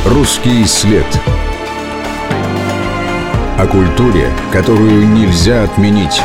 Русский след. О культуре, которую нельзя отменить.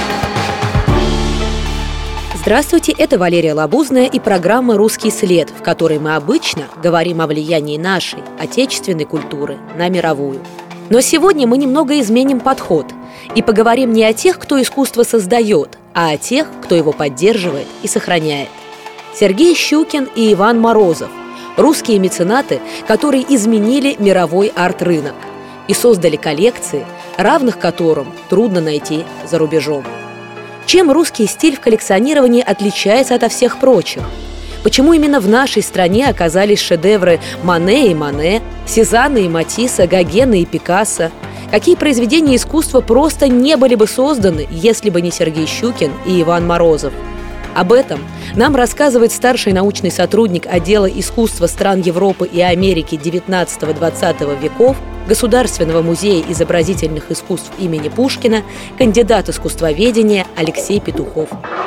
Здравствуйте, это Валерия Лабузная и программа «Русский след», в которой мы обычно говорим о влиянии нашей отечественной культуры на мировую. Но сегодня мы немного изменим подход и поговорим не о тех, кто искусство создает, а о тех, кто его поддерживает и сохраняет. Сергей Щукин и Иван Морозов – русские меценаты, которые изменили мировой арт-рынок и создали коллекции, равных которым трудно найти за рубежом. Чем русский стиль в коллекционировании отличается ото всех прочих? Почему именно в нашей стране оказались шедевры Мане и Мане, Сезанна и Матисса, Гогена и Пикассо? Какие произведения искусства просто не были бы созданы, если бы не Сергей Щукин и Иван Морозов? Об этом нам рассказывает старший научный сотрудник отдела искусства стран Европы и Америки XIX-XX веков Государственного музея изобразительных искусств имени Пушкина, кандидат искусствоведения Алексей Петухов.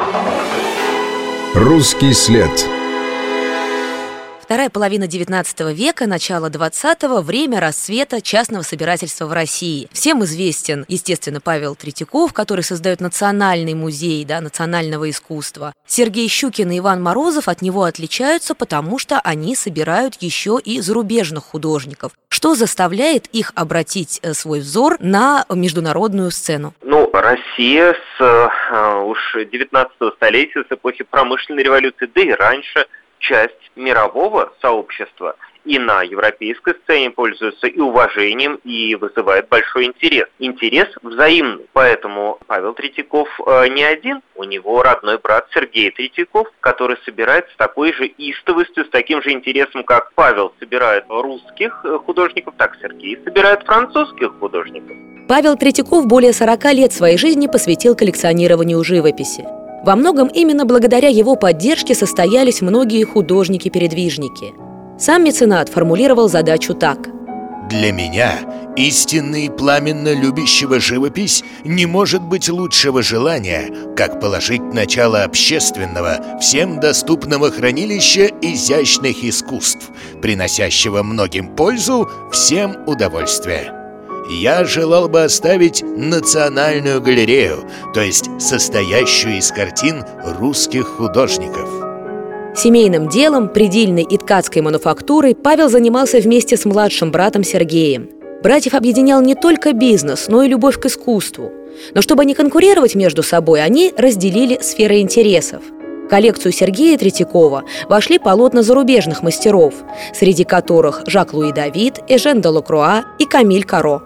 Русский след. Вторая половина XIX века, начало XX – время расцвета частного собирательства в России. Всем известен, естественно, Павел Третьяков, который создает Национальный музей национального искусства. Сергей Щукин и Иван Морозов от него отличаются, потому что они собирают еще и зарубежных художников. Что заставляет их обратить свой взор на международную сцену? Россия с уж 19 столетия, с эпохи промышленной революции, да и раньше, часть мирового сообщества и на европейской сцене пользуется и уважением, и вызывает большой интерес. Интерес взаимный. Поэтому Павел Третьяков не один. У него родной брат Сергей Третьяков, который собирает с такой же истовостью, с таким же интересом, как Павел собирает русских художников, так Сергей собирает французских художников. Павел Третьяков более 40 лет своей жизни посвятил коллекционированию живописи. Во многом именно благодаря его поддержке состоялись многие художники-передвижники. Сам меценат формулировал задачу так: «Для меня, истинно и пламенно любящего живопись, не может быть лучшего желания, как положить начало общественного, всем доступного хранилища изящных искусств, приносящего многим пользу, всем удовольствие. Я желал бы оставить национальную галерею, то есть состоящую из картин русских художников». Семейным делом, предельной и ткацкой мануфактурой Павел занимался вместе с младшим братом Сергеем. Братьев объединял не только бизнес, но и любовь к искусству. Но чтобы не конкурировать между собой, они разделили сферы интересов. В коллекцию Сергея Третьякова вошли полотна зарубежных мастеров, среди которых Жак-Луи Давид, Эжен де Лакруа и Камиль Каро.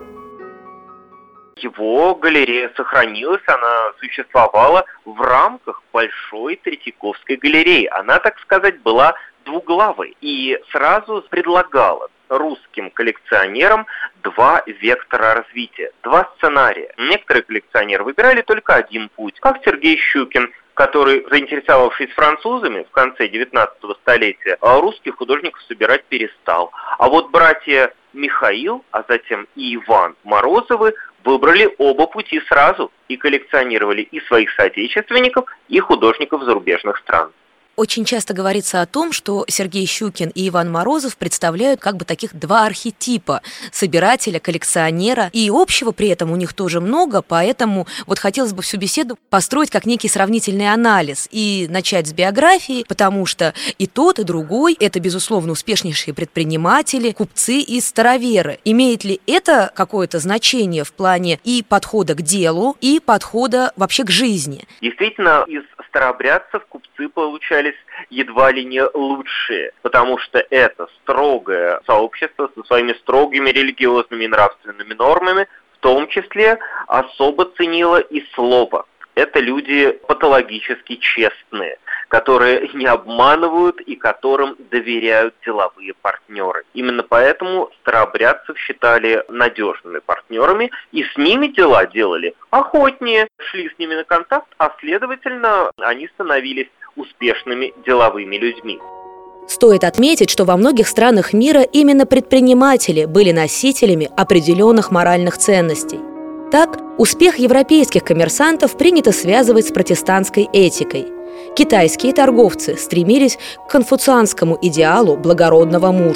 Его галерея сохранилась, она существовала в рамках большой Третьяковской галереи. Она, так сказать, была двуглавой и сразу предлагала русским коллекционерам два вектора развития, два сценария. Некоторые коллекционеры выбирали только один путь, как Сергей Щукин, который, заинтересовавшись французами в конце 19 столетия, русских художников собирать перестал. А вот братья Михаил, а затем и Иван Морозовы выбрали оба пути сразу и коллекционировали и своих соотечественников, и художников зарубежных стран. Очень часто говорится о том, что Сергей Щукин и Иван Морозов представляют как бы таких два архетипа – собирателя, коллекционера, и общего при этом у них тоже много, поэтому вот хотелось бы всю беседу построить как некий сравнительный анализ и начать с биографии, потому что и тот, и другой – это, безусловно, успешнейшие предприниматели, купцы и староверы. Имеет ли это какое-то значение в плане и подхода к делу, и подхода вообще к жизни? Действительно, из старообрядцев купцы получались едва ли не лучшие, потому что это строгое сообщество со своими строгими религиозными и нравственными нормами, в том числе особо ценило и слово. Это люди патологически честные, которые не обманывают и которым доверяют деловые партнеры. Именно поэтому старообрядцев считали надежными партнерами, и с ними дела делали охотнее, шли с ними на контакт, а следовательно, они становились успешными деловыми людьми. Стоит отметить, что во многих странах мира именно предприниматели были носителями определенных моральных ценностей. Так, успех европейских коммерсантов принято связывать с протестантской этикой. Китайские торговцы стремились к конфуцианскому идеалу благородного мужа.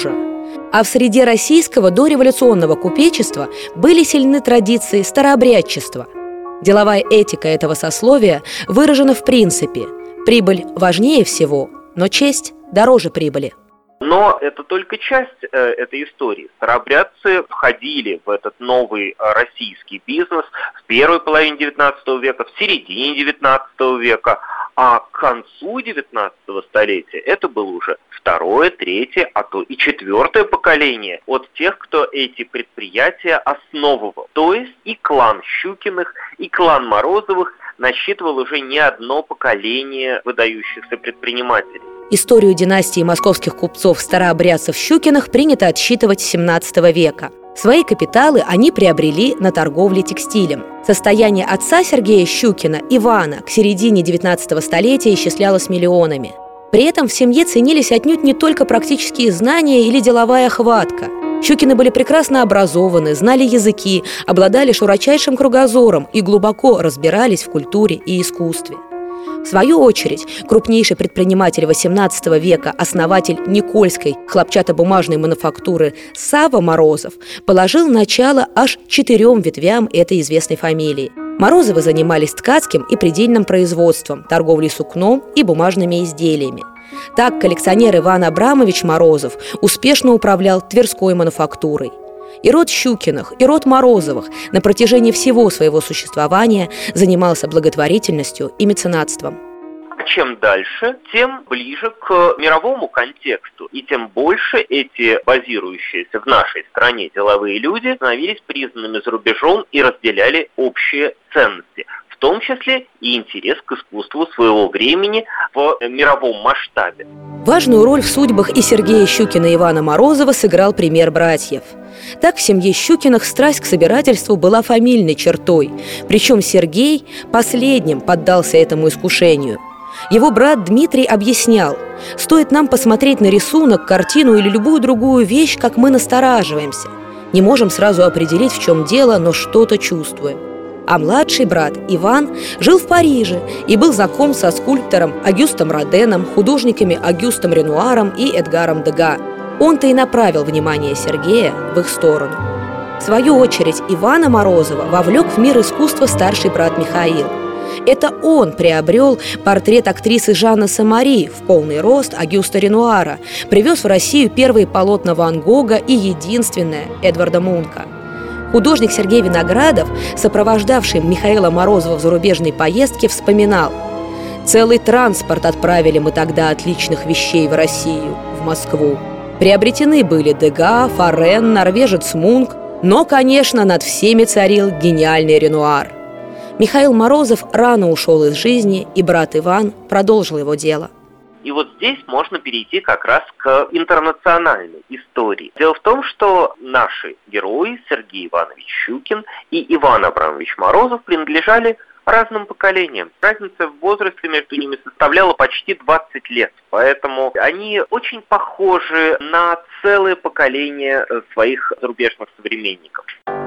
А в среде российского дореволюционного купечества были сильны традиции старообрядчества. Деловая этика этого сословия выражена в принципе: прибыль важнее всего, но честь дороже прибыли. Но это только часть этой истории. Старообрядцы входили в этот новый российский бизнес в первой половине XIX века, в середине XIX века, а к концу XIX столетия это было уже второе, третье, а то и четвертое поколение от тех, кто эти предприятия основывал. То есть и клан Щукиных, и клан Морозовых насчитывал уже не одно поколение выдающихся предпринимателей. Историю династии московских купцов-старообрядцев Щукиных принято отсчитывать с XVII века. Свои капиталы они приобрели на торговле текстилем. Состояние отца Сергея Щукина, Ивана, к середине XIX столетия исчислялось миллионами. При этом в семье ценились отнюдь не только практические знания или деловая хватка. Щукины были прекрасно образованы, знали языки, обладали широчайшим кругозором и глубоко разбирались в культуре и искусстве. В свою очередь, крупнейший предприниматель XVIII века, основатель Никольской хлопчатобумажной мануфактуры Савва Морозов, положил начало аж 4 ветвям этой известной фамилии. Морозовы занимались ткацким и предельным производством, торговлей сукном и бумажными изделиями. Так коллекционер Иван Абрамович Морозов успешно управлял Тверской мануфактурой. И род Щукиных, и род Морозовых на протяжении всего своего существования занимался благотворительностью и меценатством. Чем дальше, тем ближе к мировому контексту, и тем больше эти базирующиеся в нашей стране деловые люди становились признанными за рубежом и разделяли общие ценности, в том числе и интерес к искусству своего времени в мировом масштабе. Важную роль в судьбах и Сергея Щукина, и Ивана Морозова сыграл пример братьев. Так в семье Щукиных страсть к собирательству была фамильной чертой, причем Сергей последним поддался этому искушению. Его брат Дмитрий объяснял: «Стоит нам посмотреть на рисунок, картину или любую другую вещь, как мы настораживаемся. Не можем сразу определить, в чем дело, но что-то чувствуем». А младший брат Иван жил в Париже и был знаком со скульптором Огюстом Роденом, художниками Огюстом Ренуаром и Эдгаром Дега. Он-то и направил внимание Сергея в их сторону. В свою очередь Ивана Морозова вовлек в мир искусства старший брат Михаил. Это он приобрел портрет актрисы Жанны Самари в полный рост Огюста Ренуара, привез в Россию первые полотна Ван Гога и единственное Эдварда Мунка. Художник Сергей Виноградов, сопровождавший Михаила Морозова в зарубежной поездке, вспоминал: «Целый транспорт отправили мы тогда отличных вещей в Россию, в Москву. Приобретены были Дега, Форен, норвежец Мунк, но, конечно, над всеми царил гениальный Ренуар». Михаил Морозов рано ушел из жизни, и брат Иван продолжил его дело. И вот здесь можно перейти как раз к интернациональной истории. Дело в том, что наши герои Сергей Иванович Щукин и Иван Абрамович Морозов принадлежали разным поколениям. Разница в возрасте между ними составляла почти 20 лет. Поэтому они очень похожи на целое поколение своих зарубежных современников.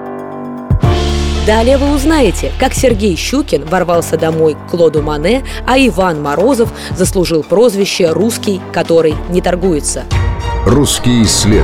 Далее вы узнаете, как Сергей Щукин ворвался домой к Клоду Мане, а Иван Морозов заслужил прозвище «Русский, который не торгуется». Русский след.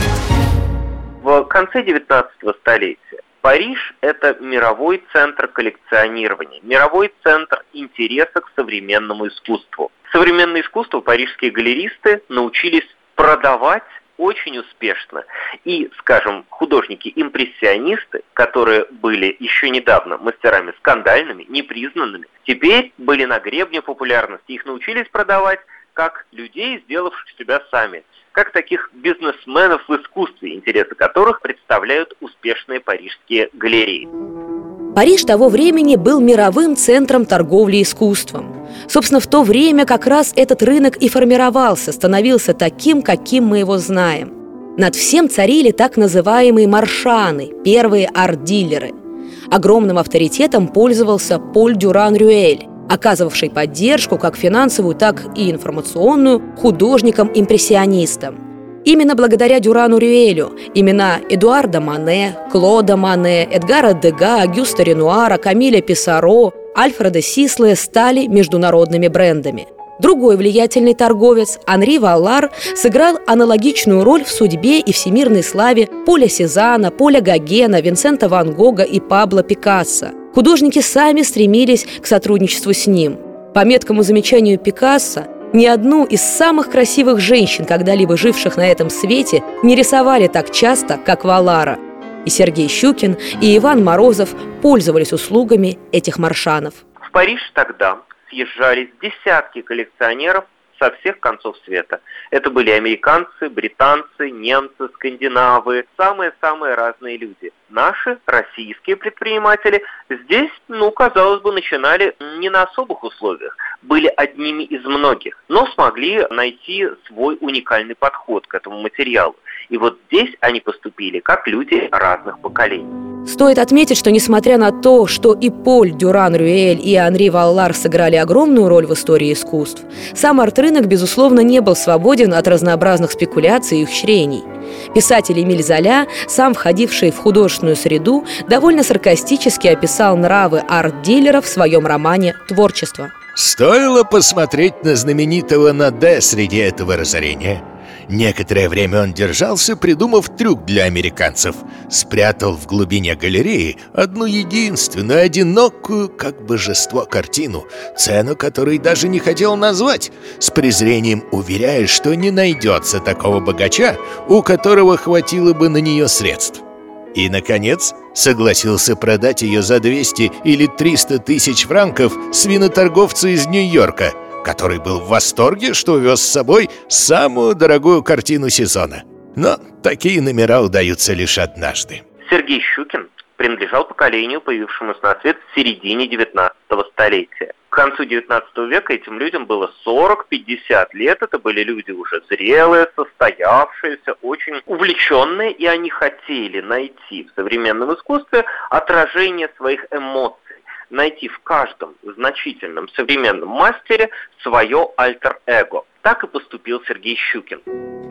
В конце XIX столетия Париж – это мировой центр коллекционирования, мировой центр интереса к современному искусству. Современное искусство парижские галеристы научились продавать очень успешно. И, скажем, художники-импрессионисты, которые были еще недавно мастерами скандальными, непризнанными, теперь были на гребне популярности. Их научились продавать как людей, сделавших себя сами, как таких бизнесменов в искусстве, интересы которых представляют успешные парижские галереи. Париж того времени был мировым центром торговли искусством. Собственно, в то время как раз этот рынок и формировался, становился таким, каким мы его знаем. Над всем царили так называемые маршаны, первые арт-дилеры. Огромным авторитетом пользовался Поль Дюран-Рюэль, оказывавший поддержку как финансовую, так и информационную художникам-импрессионистам. Именно благодаря Дюрану Рюэлю имена Эдуарда Мане, Клода Мане, Эдгара Дега, Огюста Ренуара, Камиля Писаро, Альфреда Сисле стали международными брендами. Другой влиятельный торговец, Анри Валлар, сыграл аналогичную роль в судьбе и всемирной славе Поля Сезанна, Поля Гогена, Винсента Ван Гога и Пабло Пикассо. Художники сами стремились к сотрудничеству с ним. По меткому замечанию Пикассо, ни одну из самых красивых женщин, когда-либо живших на этом свете, не рисовали так часто, как Валлара. И Сергей Щукин, и Иван Морозов пользовались услугами этих маршанов. В Париж тогда съезжались десятки коллекционеров со всех концов света. Это были американцы, британцы, немцы, скандинавы, самые-самые разные люди. Наши, российские предприниматели, здесь, казалось бы, начинали не на особых условиях, были одними из многих, но смогли найти свой уникальный подход к этому материалу. И вот здесь они поступили как люди разных поколений. Стоит отметить, что несмотря на то, что и Поль Дюран-Рюэль, и Анри Валлар сыграли огромную роль в истории искусств, сам арт-рынок, безусловно, не был свободен от разнообразных спекуляций и ухищрений. Писатель Эмиль Золя, сам входивший в художественную среду, довольно саркастически описал нравы арт-дилеров в своем романе «Творчество». Стоило посмотреть на знаменитого Наде среди этого разорения. Некоторое время он держался, придумав трюк для американцев. Спрятал в глубине галереи одну единственную, одинокую, как божество, картину, цену которой даже не хотел назвать, с презрением уверяя, что не найдется такого богача, у которого хватило бы на нее средств. И, наконец, согласился продать ее за 200 или 300 тысяч франков свиноторговцу из Нью-Йорка, который был в восторге, что вез с собой самую дорогую картину сезона. Но такие номера удаются лишь однажды. Сергей Щукин принадлежал поколению, появившемуся на свет в середине 19-го столетия. К концу 19 века этим людям было 40-50 лет. Это были люди уже зрелые, состоявшиеся, очень увлеченные, и они хотели найти в современном искусстве отражение своих эмоций, найти в каждом значительном современном мастере свое альтер-эго. Так и поступил Сергей Щукин.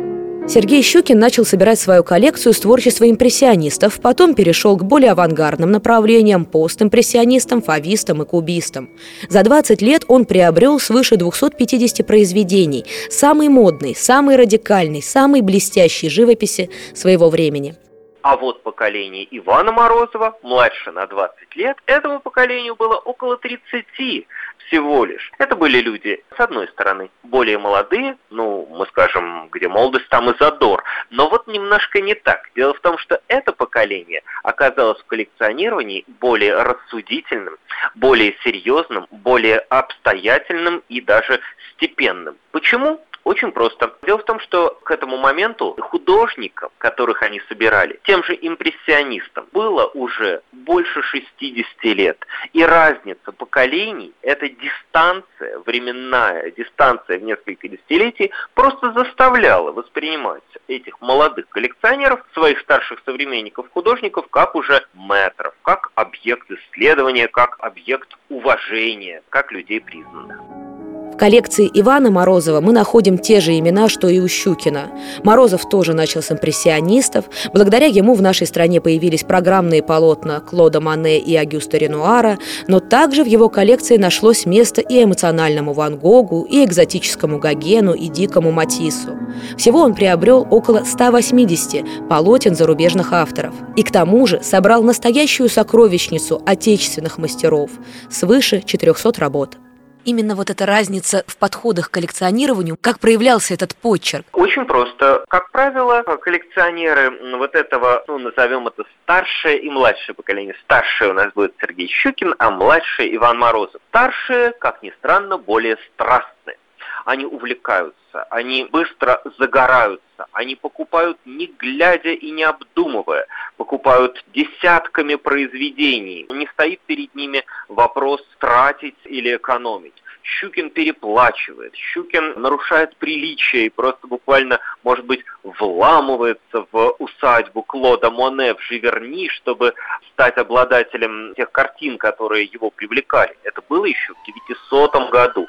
Сергей Щукин начал собирать свою коллекцию с творчества импрессионистов, потом перешел к более авангардным направлениям – постимпрессионистам, фавистам и кубистам. За 20 лет он приобрел свыше 250 произведений самой модной, самой радикальной, самой блестящей живописи своего времени. А вот поколение Ивана Морозова, младше на 20 лет, этому поколению было около 30 всего лишь. Это были люди, с одной стороны, более молодые, мы скажем, где молодость, там и задор. Но вот немножко не так. Дело в том, что это поколение оказалось в коллекционировании более рассудительным, более серьезным, более обстоятельным и даже степенным. Почему? Очень просто. Дело в том, что к этому моменту художникам, которых они собирали, тем же импрессионистам, было уже больше 60 лет. И разница поколений, эта дистанция, временная дистанция в несколько десятилетий, просто заставляла воспринимать этих молодых коллекционеров, своих старших современников-художников, как уже мэтров, как объект исследования, как объект уважения, как людей признанных. В коллекции Ивана Морозова мы находим те же имена, что и у Щукина. Морозов тоже начал с импрессионистов. Благодаря ему в нашей стране появились программные полотна Клода Моне и Огюста Ренуара, но также в его коллекции нашлось место и эмоциональному Ван Гогу, и экзотическому Гогену, и дикому Матиссу. Всего он приобрел около 180 полотен зарубежных авторов. И к тому же собрал настоящую сокровищницу отечественных мастеров, свыше 400 работ. Именно вот эта разница в подходах к коллекционированию, как проявлялся этот почерк? Очень просто. Как правило, коллекционеры вот этого, назовем это старшее и младшее поколение. Старшее у нас будет Сергей Щукин, а младшее Иван Морозов. Старшие, как ни странно, более страстные. Они увлекаются, они быстро загораются, они покупают не глядя и не обдумывая, покупают десятками произведений. Не стоит перед ними вопрос тратить или экономить. Щукин переплачивает, Щукин нарушает приличия и просто буквально, может быть, вламывается в усадьбу Клода Моне в Живерни, чтобы стать обладателем тех картин, которые его привлекали. Это было еще в 1900 году.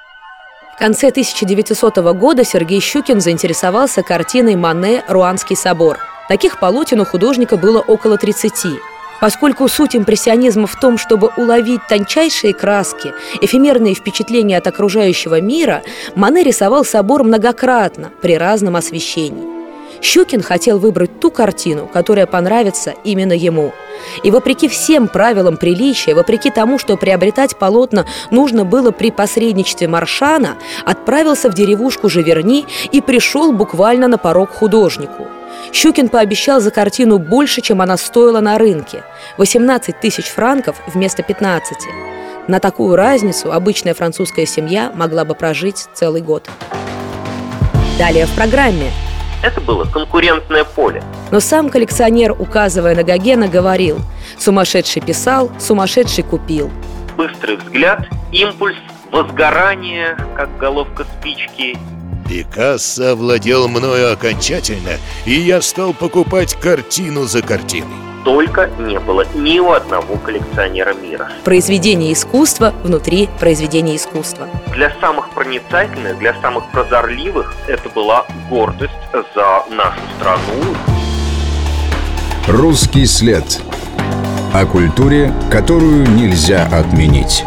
В конце 1900 года Сергей Щукин заинтересовался картиной Моне «Руанский собор». Таких полотен у художника было около 30. Поскольку суть импрессионизма в том, чтобы уловить тончайшие краски, эфемерные впечатления от окружающего мира, Мане рисовал собор многократно, при разном освещении. Щукин хотел выбрать ту картину, которая понравится именно ему. И вопреки всем правилам приличия, вопреки тому, что приобретать полотна нужно было при посредничестве Маршана, отправился в деревушку Живерни и пришел буквально на порог художнику. Щукин пообещал за картину больше, чем она стоила на рынке – 18 тысяч франков вместо 15. На такую разницу обычная французская семья могла бы прожить целый год. Далее в программе. Это было конкурентное поле. Но сам коллекционер, указывая на Гогена, говорил: «Сумасшедший писал, сумасшедший купил». Быстрый взгляд, импульс, возгорание, как головка спички. Пикассо овладел мною окончательно, и я стал покупать картину за картиной. Только не было ни у одного коллекционера мира. Произведение искусства внутри произведения искусства. Для самых проницательных, для самых прозорливых это была гордость за нашу страну. Русский след. О культуре, которую нельзя отменить.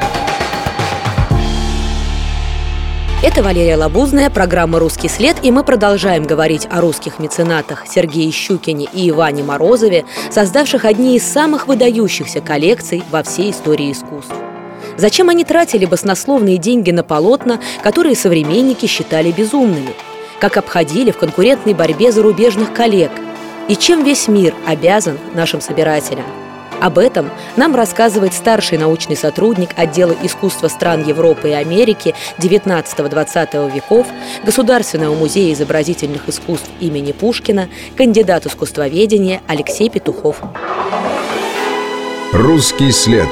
Это Валерия Лабузная, программа «Русский след», и мы продолжаем говорить о русских меценатах Сергее Щукине и Иване Морозове, создавших одни из самых выдающихся коллекций во всей истории искусств. Зачем они тратили баснословные деньги на полотна, которые современники считали безумными? Как обходили в конкурентной борьбе зарубежных коллег? И чем весь мир обязан нашим собирателям? Об этом нам рассказывает старший научный сотрудник отдела искусства стран Европы и Америки XIX-XX веков Государственного музея изобразительных искусств имени Пушкина, кандидат искусствоведения Алексей Петухов. Русский след.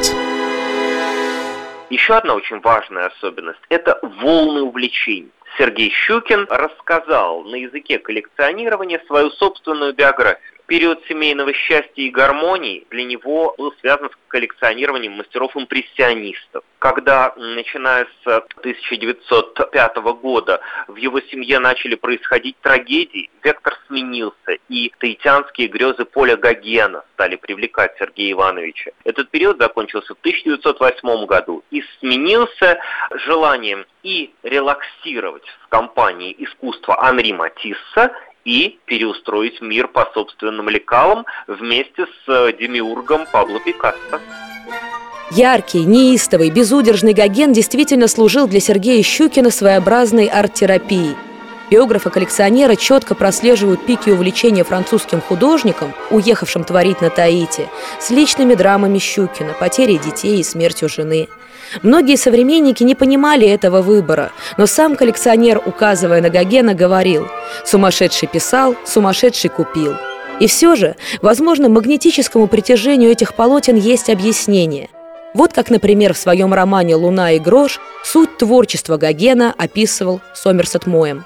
Еще одна очень важная особенность – это волны увлечений. Сергей Щукин рассказал на языке коллекционирования свою собственную биографию. Период семейного счастья и гармонии для него был связан с коллекционированием мастеров-импрессионистов. Когда, начиная с 1905 года, в его семье начали происходить трагедии, вектор сменился, и таитянские грезы Поля Гогена стали привлекать Сергея Ивановича. Этот период закончился в 1908 году и сменился желанием и релаксировать в компании искусства Анри Матисса и переустроить мир по собственным лекалам вместе с демиургом Пабло Пикассо. Яркий, неистовый, безудержный Гоген действительно служил для Сергея Щукина своеобразной арт-терапией. Биографы коллекционера четко прослеживают пики увлечения французским художником, уехавшим творить на Таити, с личными драмами Щукина, потерей детей и смертью жены. Многие современники не понимали этого выбора, но сам коллекционер, указывая на Гогена, говорил: «Сумасшедший писал, сумасшедший купил». И все же, возможно, магнетическому притяжению этих полотен есть объяснение. Вот как, например, в своем романе «Луна и грош» суть творчества Гогена описывал Сомерсет Моэм.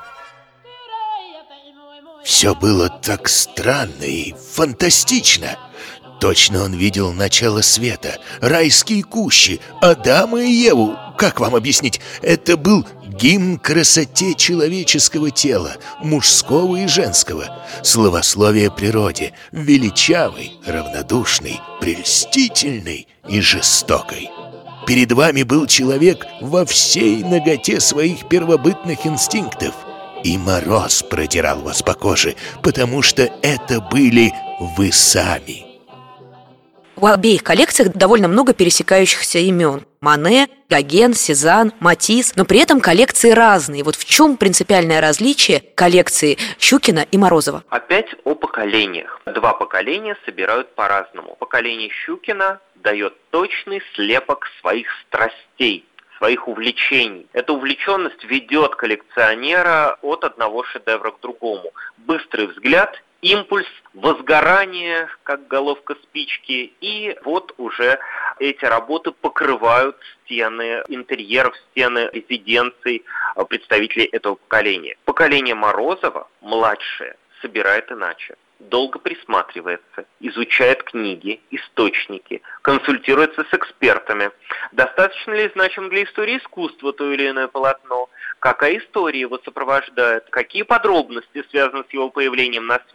Все было так странно и фантастично. Точно он видел начало света, райские кущи, Адама и Еву. Как вам объяснить? Это был гимн красоте человеческого тела, мужского и женского, словословие природе, величавой, равнодушной, прельстительной и жестокой. Перед вами был человек во всей наготе своих первобытных инстинктов, и мороз продирал вас по коже, потому что это были вы сами. В обеих коллекциях довольно много пересекающихся имен. Мане, Гоген, Сезанн, Матисс, но при этом коллекции разные. Вот в чем принципиальное различие коллекции Щукина и Морозова? Опять о поколениях. Два поколения собирают по-разному. Поколение Щукина дает точный слепок своих страстей, своих увлечений. Эта увлеченность ведет коллекционера от одного шедевра к другому. Быстрый взгляд, импульс, возгорание, как головка спички, и вот уже эти работы покрывают стены интерьеров, стены резиденций представителей этого поколения. Поколение Морозова, младшее, собирает иначе. Долго присматривается, изучает книги, источники, консультируется с экспертами. Достаточно ли значим для истории искусства то или иное полотно? Какая история его сопровождает? Какие подробности связаны с его появлением на свет?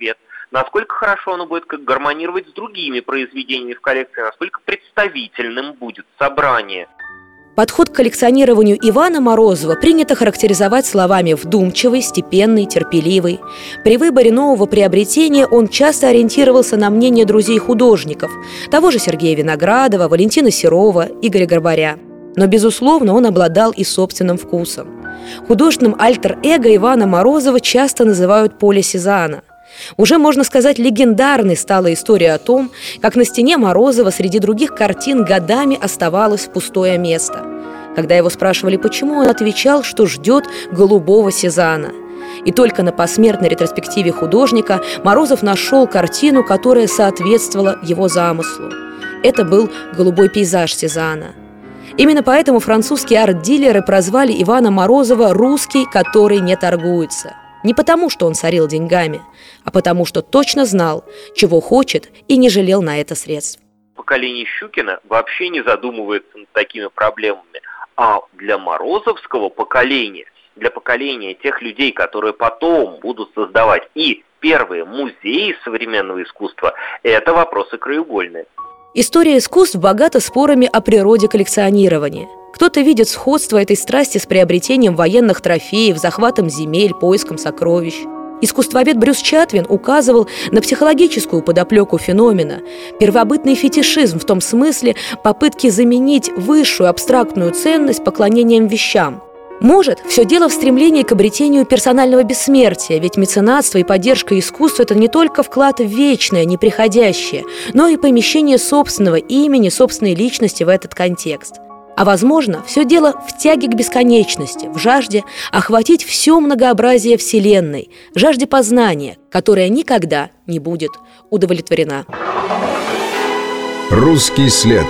насколько хорошо оно будет гармонировать с другими произведениями в коллекции, насколько представительным будет собрание. Подход к коллекционированию Ивана Морозова принято характеризовать словами «вдумчивый», «степенный», «терпеливый». При выборе нового приобретения он часто ориентировался на мнение друзей-художников, того же Сергея Виноградова, Валентина Серова, Игоря Горбаря. Но, безусловно, он обладал и собственным вкусом. Художественным альтер-эго Ивана Морозова часто называют Поля Сезанна. Уже, можно сказать, легендарной стала история о том, как на стене Морозова среди других картин годами оставалось пустое место. Когда его спрашивали, почему, он отвечал, что ждет голубого Сезанна. И только на посмертной ретроспективе художника Морозов нашел картину, которая соответствовала его замыслу. Это был голубой пейзаж Сезанна. Именно поэтому французские арт-дилеры прозвали Ивана Морозова «русский, который не торгуется». Не потому, что он сорил деньгами, а потому, что точно знал, чего хочет, и не жалел на это средств. Поколение Щукина вообще не задумывается над такими проблемами. А для морозовского поколения, для поколения тех людей, которые потом будут создавать и первые музеи современного искусства, это вопросы краеугольные. История искусств богата спорами о природе коллекционирования. Кто-то видит сходство этой страсти с приобретением военных трофеев, захватом земель, поиском сокровищ. Искусствовед Брюс Чатвин указывал на психологическую подоплеку феномена, первобытный фетишизм в том смысле попытки заменить высшую абстрактную ценность поклонением вещам. Может, все дело в стремлении к обретению персонального бессмертия, ведь меценатство и поддержка искусства – это не только вклад в вечное, неприходящее, но и помещение собственного имени, собственной личности в этот контекст. А возможно, все дело в тяге к бесконечности, в жажде охватить все многообразие Вселенной, жажде познания, которая никогда не будет удовлетворена. Русский след.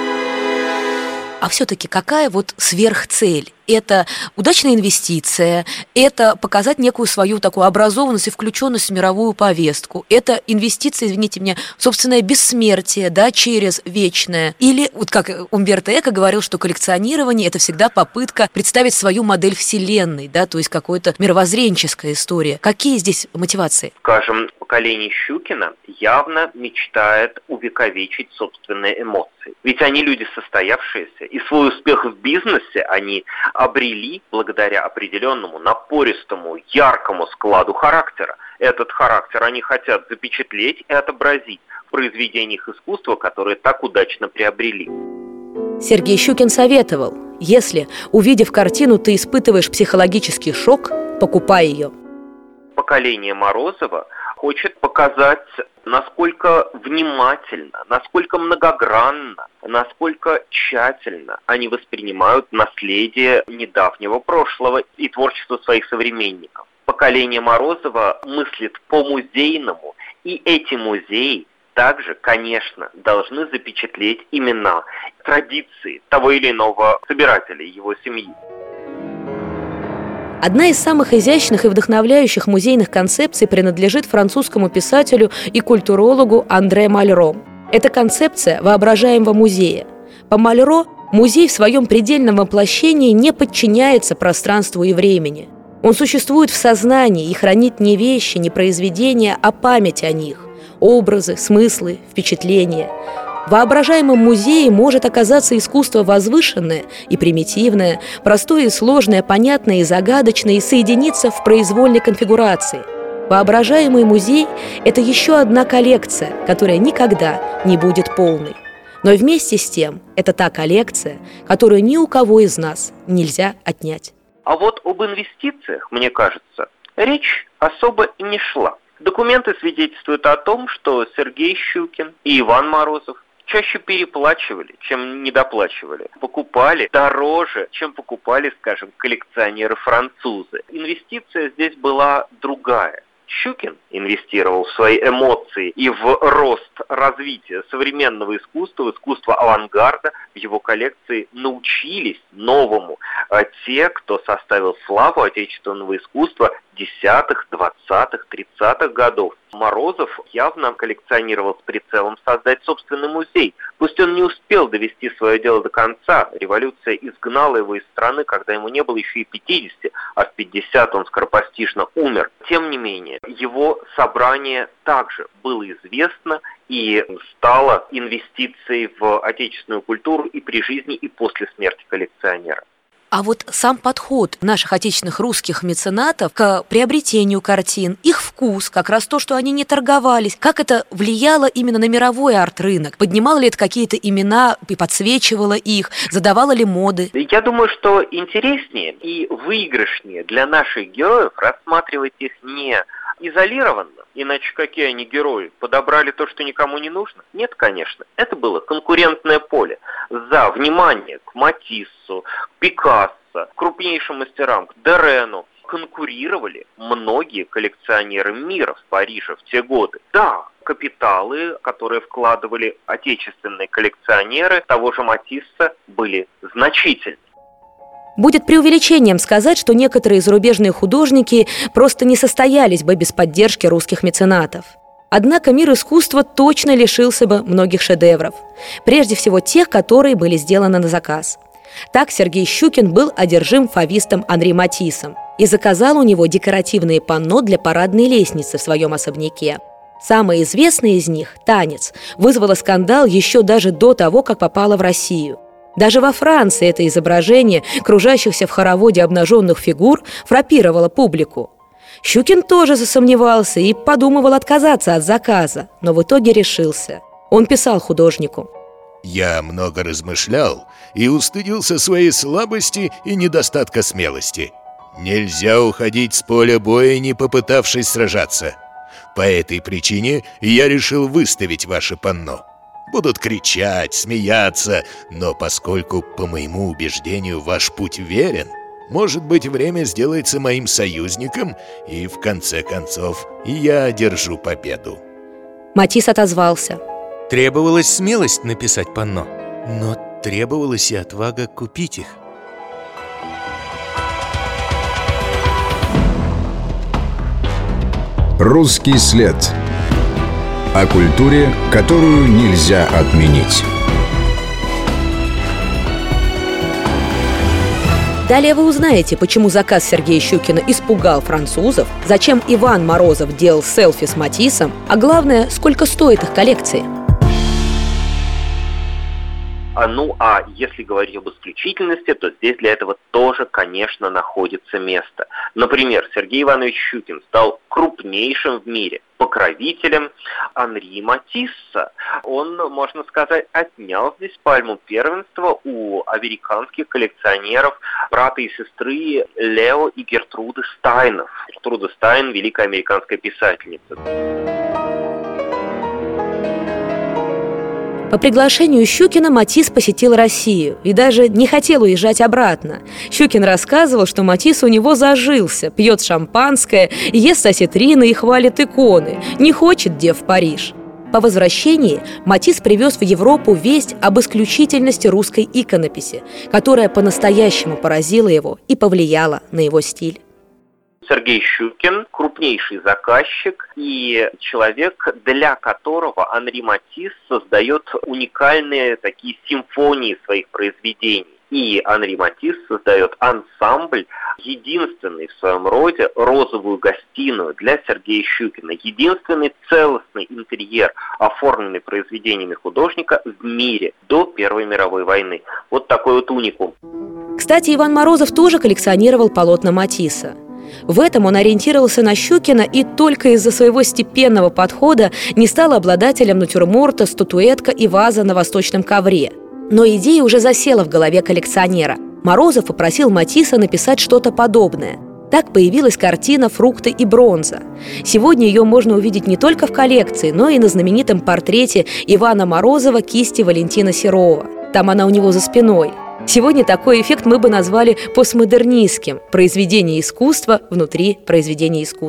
А все-таки какая вот сверхцель? Это удачная инвестиция, это показать некую свою такую образованность и включенность в мировую повестку, это инвестиция, извините меня, в собственное бессмертие, да, через вечное. Или, вот как Умберто Эко говорил, что коллекционирование – это всегда попытка представить свою модель вселенной, да, то есть какая-то мировоззренческая история. Какие здесь мотивации? Скажем, поколение Щукина явно мечтает увековечить собственные эмоции. Ведь они люди состоявшиеся, и свой успех в бизнесе они обрели благодаря определенному напористому, яркому складу характера. Этот характер они хотят запечатлеть и отобразить в произведениях искусства, которые так удачно приобрели. Сергей Щукин советовал: если, увидев картину, ты испытываешь психологический шок, покупай ее. Поколение Морозова хочет показать, насколько внимательно, насколько многогранно, насколько тщательно они воспринимают наследие недавнего прошлого и творчество своих современников. Поколение Морозова мыслит по-музейному, и эти музеи также, конечно, должны запечатлеть имена, традиции того или иного собирателя, его семьи. Одна из самых изящных и вдохновляющих музейных концепций принадлежит французскому писателю и культурологу Андре Мальро. Это концепция воображаемого музея. По Мальро, музей в своем предельном воплощении не подчиняется пространству и времени. Он существует в сознании и хранит не вещи, не произведения, а память о них, образы, смыслы, впечатления. В воображаемом музее может оказаться искусство возвышенное и примитивное, простое и сложное, понятное и загадочное, и соединиться в произвольной конфигурации. Воображаемый музей – это еще одна коллекция, которая никогда не будет полной. Но вместе с тем это та коллекция, которую ни у кого из нас нельзя отнять. А вот об инвестициях, мне кажется, речь особо и не шла. Документы свидетельствуют о том, что Сергей Щукин и Иван Морозов чаще переплачивали, чем недоплачивали. Покупали дороже, чем покупали, скажем, коллекционеры-французы. Инвестиция здесь была другая. Щукин инвестировал в свои эмоции и в рост развития современного искусства, искусства авангарда. В его коллекции научились новому те, кто составил славу отечественного искусства 10-х, 20-х, 30-х годов. Морозов явно коллекционировал с прицелом создать собственный музей. Пусть он не успел довести свое дело до конца, революция изгнала его из страны, когда ему не было еще и 50, а в 50 он скоропостижно умер. Тем не менее, его собрание также было известно и стало инвестицией в отечественную культуру и при жизни, и после смерти коллекционера. А вот сам подход наших отечественных русских меценатов к приобретению картин, их вкус, как раз то, что они не торговались, как это влияло именно на мировой арт-рынок? Поднимало ли это какие-то имена и подсвечивало их? Задавало ли моды? Я думаю, что интереснее и выигрышнее для наших героев рассматривать их не изолированно, иначе какие они герои? Подобрали то, что никому не нужно? Нет, конечно. Это было конкурентное поле. За внимание к Матиссу, к Пикассо, к крупнейшим мастерам, к Дерену конкурировали многие коллекционеры мира в Париже в те годы. Да, капиталы, которые вкладывали отечественные коллекционеры того же Матисса, были значительны. Будет преувеличением сказать, что некоторые зарубежные художники просто не состоялись бы без поддержки русских меценатов. Однако мир искусства точно лишился бы многих шедевров. Прежде всего тех, которые были сделаны на заказ. Так Сергей Щукин был одержим фавистом Анри Матиссом и заказал у него декоративные панно для парадной лестницы в своем особняке. Самое известное из них, «Танец», вызвало скандал еще даже до того, как попало в Россию. Даже во Франции это изображение кружащихся в хороводе обнаженных фигур фрапировало публику. Щукин тоже засомневался и подумывал отказаться от заказа, но в итоге решился. Он писал художнику: «Я много размышлял и устыдился своей слабости и недостатка смелости. Нельзя уходить с поля боя, не попытавшись сражаться. По этой причине я решил выставить ваше панно. Будут кричать, смеяться, но поскольку, по моему убеждению, ваш путь верен, может быть, время сделается моим союзником, и, в конце концов, я одержу победу». Матисс отозвался: «Требовалась смелость написать панно, но требовалась и отвага купить их». Русский след. О культуре, которую нельзя отменить. Далее вы узнаете, почему заказ Сергея Щукина испугал французов, зачем Иван Морозов делал селфи с Матиссом, а главное, сколько стоит их коллекции. А если говорить об исключительности, то здесь для этого тоже, конечно, находится место. Например, Сергей Иванович Щукин стал крупнейшим в мире покровителем Анри Матисса. Он, можно сказать, отнял здесь пальму первенства у американских коллекционеров, брата и сестры Лео и Гертруды Стайнов. Гертруда Стайн – великая американская писательница. По приглашению Щукина Матисс посетил Россию и даже не хотел уезжать обратно. Щукин рассказывал, что Матисс у него зажился, пьет шампанское, ест осетрины и хвалит иконы, не хочет дев в Париж. По возвращении Матисс привез в Европу весть об исключительности русской иконописи, которая по-настоящему поразила его и повлияла на его стиль. Сергей Щукин – крупнейший заказчик и человек, для которого Анри Матисс создает уникальные такие симфонии своих произведений. И Анри Матисс создает ансамбль, единственный в своем роде, розовую гостиную для Сергея Щукина. Единственный целостный интерьер, оформленный произведениями художника в мире до Первой мировой войны. Вот такой вот уникум. Кстати, Иван Морозов тоже коллекционировал полотна Матисса. В этом он ориентировался на Щукина и только из-за своего степенного подхода не стал обладателем натюрморта, статуэтка и ваза на восточном ковре. Но идея уже засела в голове коллекционера. Морозов попросил Матисса написать что-то подобное. Так появилась картина «Фрукты и бронза». Сегодня ее можно увидеть не только в коллекции, но и на знаменитом портрете Ивана Морозова кисти Валентина Серова. Там она у него за спиной. Сегодня такой эффект мы бы назвали постмодернистским – произведение искусства внутри произведения искусства.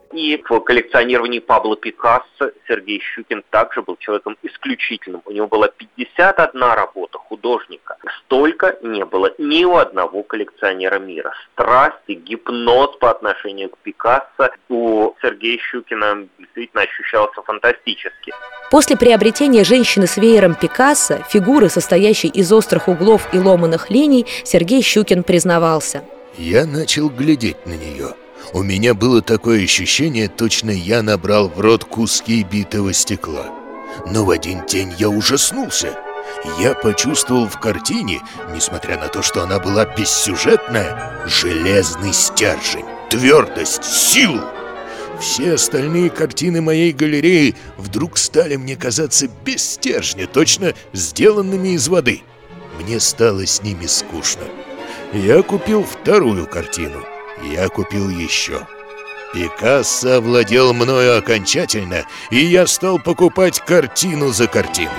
И в коллекционировании Пабло Пикассо Сергей Щукин также был человеком исключительным. У него была 51 работа художника. Столько не было ни у одного коллекционера мира. Страсть и гипноз по отношению к Пикассо у Сергея Щукина действительно ощущался фантастически. После приобретения женщины с веером Пикассо, фигуры, состоящей из острых углов и ломаных линий, Сергей Щукин признавался: «Я начал глядеть на нее. У меня было такое ощущение, точно я набрал в рот куски битого стекла. Но в один день я ужаснулся. Я почувствовал в картине, несмотря на то, что она была бессюжетная, железный стержень, твердость, силу. Все остальные картины моей галереи вдруг стали мне казаться без стержня, точно сделанными из воды. Мне стало с ними скучно. Я купил вторую картину. Я купил еще. Пикассо овладел мною окончательно, и я стал покупать картину за картиной».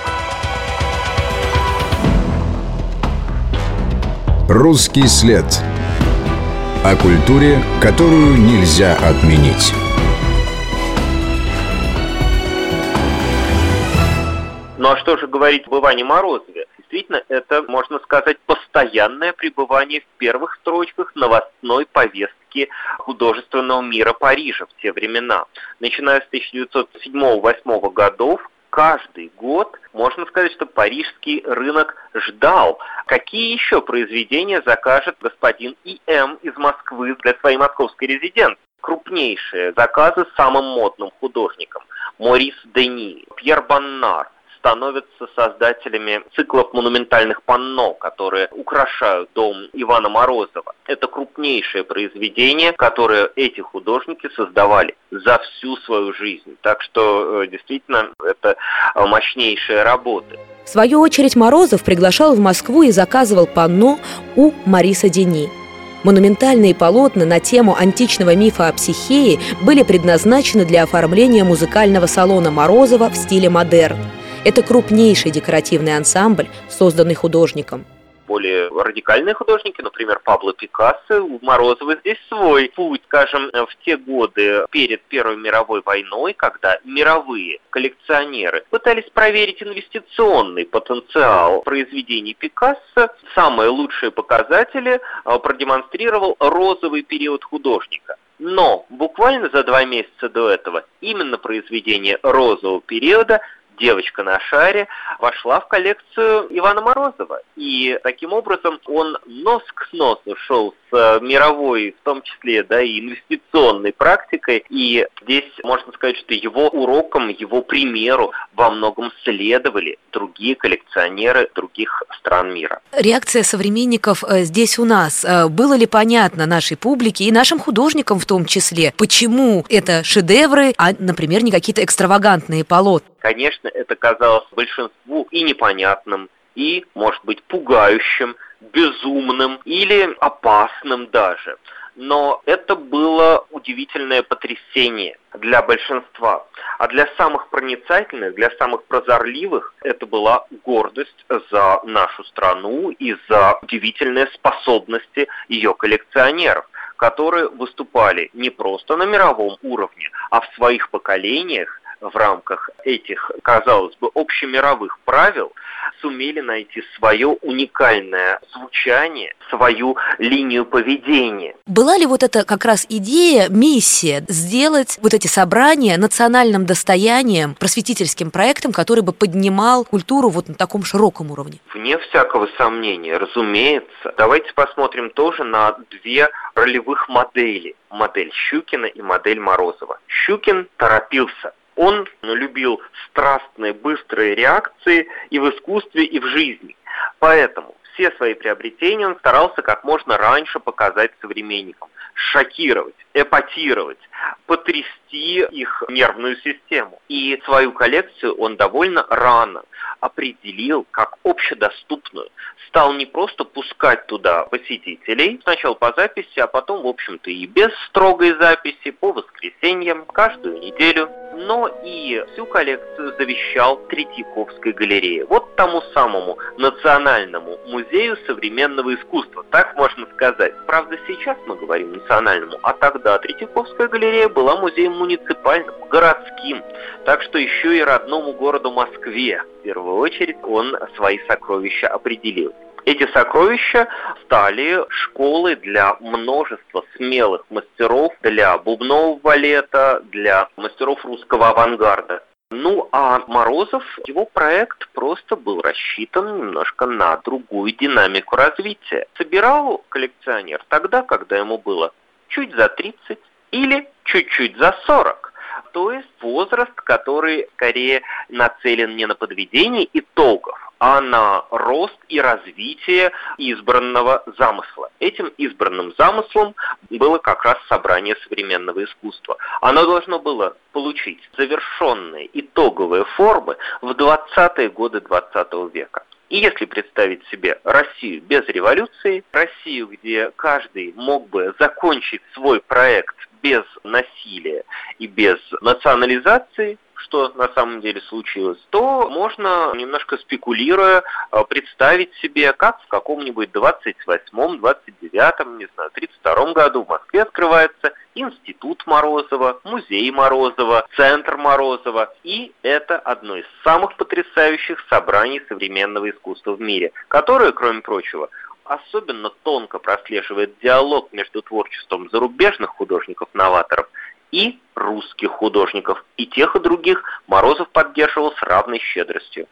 Русский след. О культуре, которую нельзя отменить. Ну а что же говорить об Иване Морозове? Действительно, это, можно сказать, постоянное пребывание в первых строчках новостной повестки художественного мира Парижа в те времена. Начиная с 1907-1908 годов, каждый год, можно сказать, что парижский рынок ждал, какие еще произведения закажет господин И.М. из Москвы для своей московской резиденции. Крупнейшие заказы самым модным художникам – Морис Дени, Пьер Боннар – становятся создателями циклов монументальных панно, которые украшают дом Ивана Морозова. Это крупнейшее произведение, которое эти художники создавали за всю свою жизнь. Так что, действительно, это мощнейшие работы. В свою очередь Морозов приглашал в Москву и заказывал панно у Мориса Дени. Монументальные полотна на тему античного мифа о Психее были предназначены для оформления музыкального салона Морозова в стиле модерн. Это крупнейший декоративный ансамбль, созданный художником. Более радикальные художники, например, Пабло Пикассо, у Морозова здесь свой путь. Скажем, в те годы перед Первой мировой войной, когда мировые коллекционеры пытались проверить инвестиционный потенциал произведений Пикассо, самые лучшие показатели продемонстрировал розовый период художника. Но буквально за 2 месяца до этого именно произведение розового периода «Девочка на шаре» вошла в коллекцию Ивана Морозова. И таким образом он нос к носу шел с мировой, в том числе, и инвестиционной практикой. И здесь можно сказать, что его урокам, его примеру во многом следовали другие коллекционеры других стран мира. Реакция современников здесь у нас. Было ли понятно нашей публике и нашим художникам в том числе, почему это шедевры, а, например, не какие-то экстравагантные полотна? Конечно, это казалось большинству и непонятным, и, может быть, пугающим, безумным или опасным даже. Но это было удивительное потрясение для большинства. А для самых проницательных, для самых прозорливых это была гордость за нашу страну и за удивительные способности ее коллекционеров, которые выступали не просто на мировом уровне, а в своих поколениях в рамках этих, казалось бы, общемировых правил сумели найти свое уникальное звучание, свою линию поведения. Была ли вот эта как раз идея, миссия сделать вот эти собрания национальным достоянием, просветительским проектом, который бы поднимал культуру вот на таком широком уровне? Вне всякого сомнения, разумеется. Давайте посмотрим тоже на 2 ролевых модели. Модель Щукина и модель Морозова. Щукин торопился. Он любил страстные, быстрые реакции и в искусстве, и в жизни. Поэтому все свои приобретения он старался как можно раньше показать современникам, шокировать, эпатировать, потрясти их нервную систему. И свою коллекцию он довольно рано определил как общедоступную. Стал не просто пускать туда посетителей, сначала по записи, а потом, в общем-то, и без строгой записи, по воскресеньям, каждую неделю. но и всю коллекцию завещал Третьяковской галерее. Вот тому самому Национальному музею современного искусства, так можно сказать. Правда, сейчас мы говорим национальному, а тогда Третьяковская галерея была музеем муниципальным, городским. Так что еще и родному городу Москве, в первую очередь, он свои сокровища определил. Эти сокровища стали школой для множества смелых мастеров, для бубнового балета, для мастеров русского авангарда. Ну, а Морозов, его проект просто был рассчитан немножко на другую динамику развития. Собирал коллекционер тогда, когда ему было чуть за 30 или чуть-чуть за 40. То есть возраст, который скорее нацелен не на подведение итогов, а на рост и развитие избранного замысла. Этим избранным замыслом было как раз собрание современного искусства. Оно должно было получить завершенные итоговые формы в 20-е годы 20 века. И если представить себе Россию без революции, Россию, где каждый мог бы закончить свой проект без насилия и без национализации, что на самом деле случилось, то можно, немножко спекулируя, представить себе, как в каком-нибудь 28-м, 29-м, не знаю, 32-м году в Москве открывается Институт Морозова, Музей Морозова, Центр Морозова. И это одно из самых потрясающих собраний современного искусства в мире, которое, кроме прочего, особенно тонко прослеживает диалог между творчеством зарубежных художников-новаторов и русских художников. И тех, и других Морозов поддерживал с равной щедростью.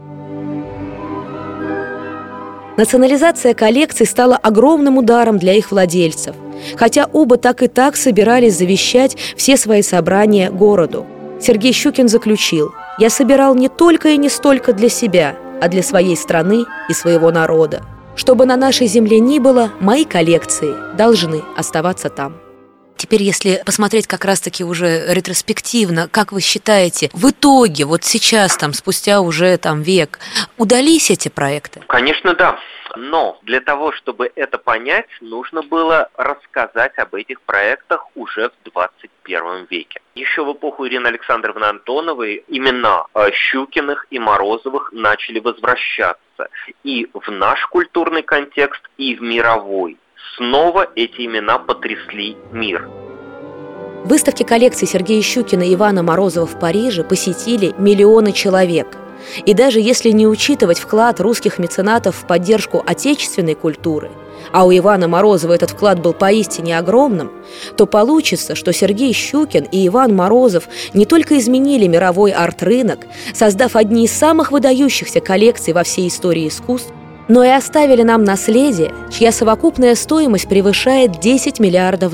Национализация коллекций стала огромным ударом для их владельцев, хотя оба так и так собирались завещать все свои собрания городу. Сергей Щукин заключил: «Я собирал не только и не столько для себя, а для своей страны и своего народа. Чтобы на нашей земле ни было, мои коллекции должны оставаться там». Теперь, если посмотреть как раз-таки уже ретроспективно, как вы считаете, в итоге, вот сейчас, спустя уже век, удались эти проекты? Конечно, да. Но для того, чтобы это понять, нужно было рассказать об этих проектах уже в 21 веке. Еще в эпоху Ирины Александровны Антоновой имена Щукиных и Морозовых начали возвращаться и в наш культурный контекст, и в мировой. Снова эти имена потрясли мир. Выставки коллекций Сергея Щукина и Ивана Морозова в Париже посетили миллионы человек. И даже если не учитывать вклад русских меценатов в поддержку отечественной культуры, а у Ивана Морозова этот вклад был поистине огромным, то получится, что Сергей Щукин и Иван Морозов не только изменили мировой арт-рынок, создав одни из самых выдающихся коллекций во всей истории искусств, но и оставили нам наследие, чья совокупная стоимость превышает $10 миллиардов,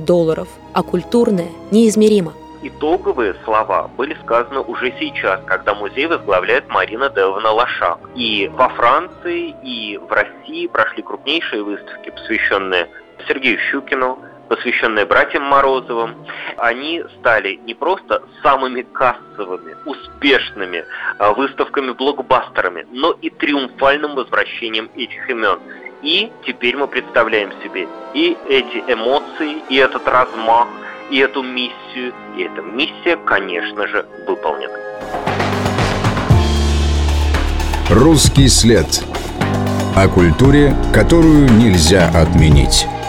а культурная неизмеримо. Итоговые слова были сказаны уже сейчас, когда музей возглавляет Марина Деловна Лошак. И во Франции, и в России прошли крупнейшие выставки, посвященные Сергею Щукину, посвященные братьям Морозовым. Они стали не просто самыми кассовыми, успешными выставками-блокбастерами, но и триумфальным возвращением этих имен. И теперь мы представляем себе и эти эмоции, и этот размах, и эту миссию. И эта миссия, конечно же, выполнена. Русский след. О культуре, которую нельзя отменить.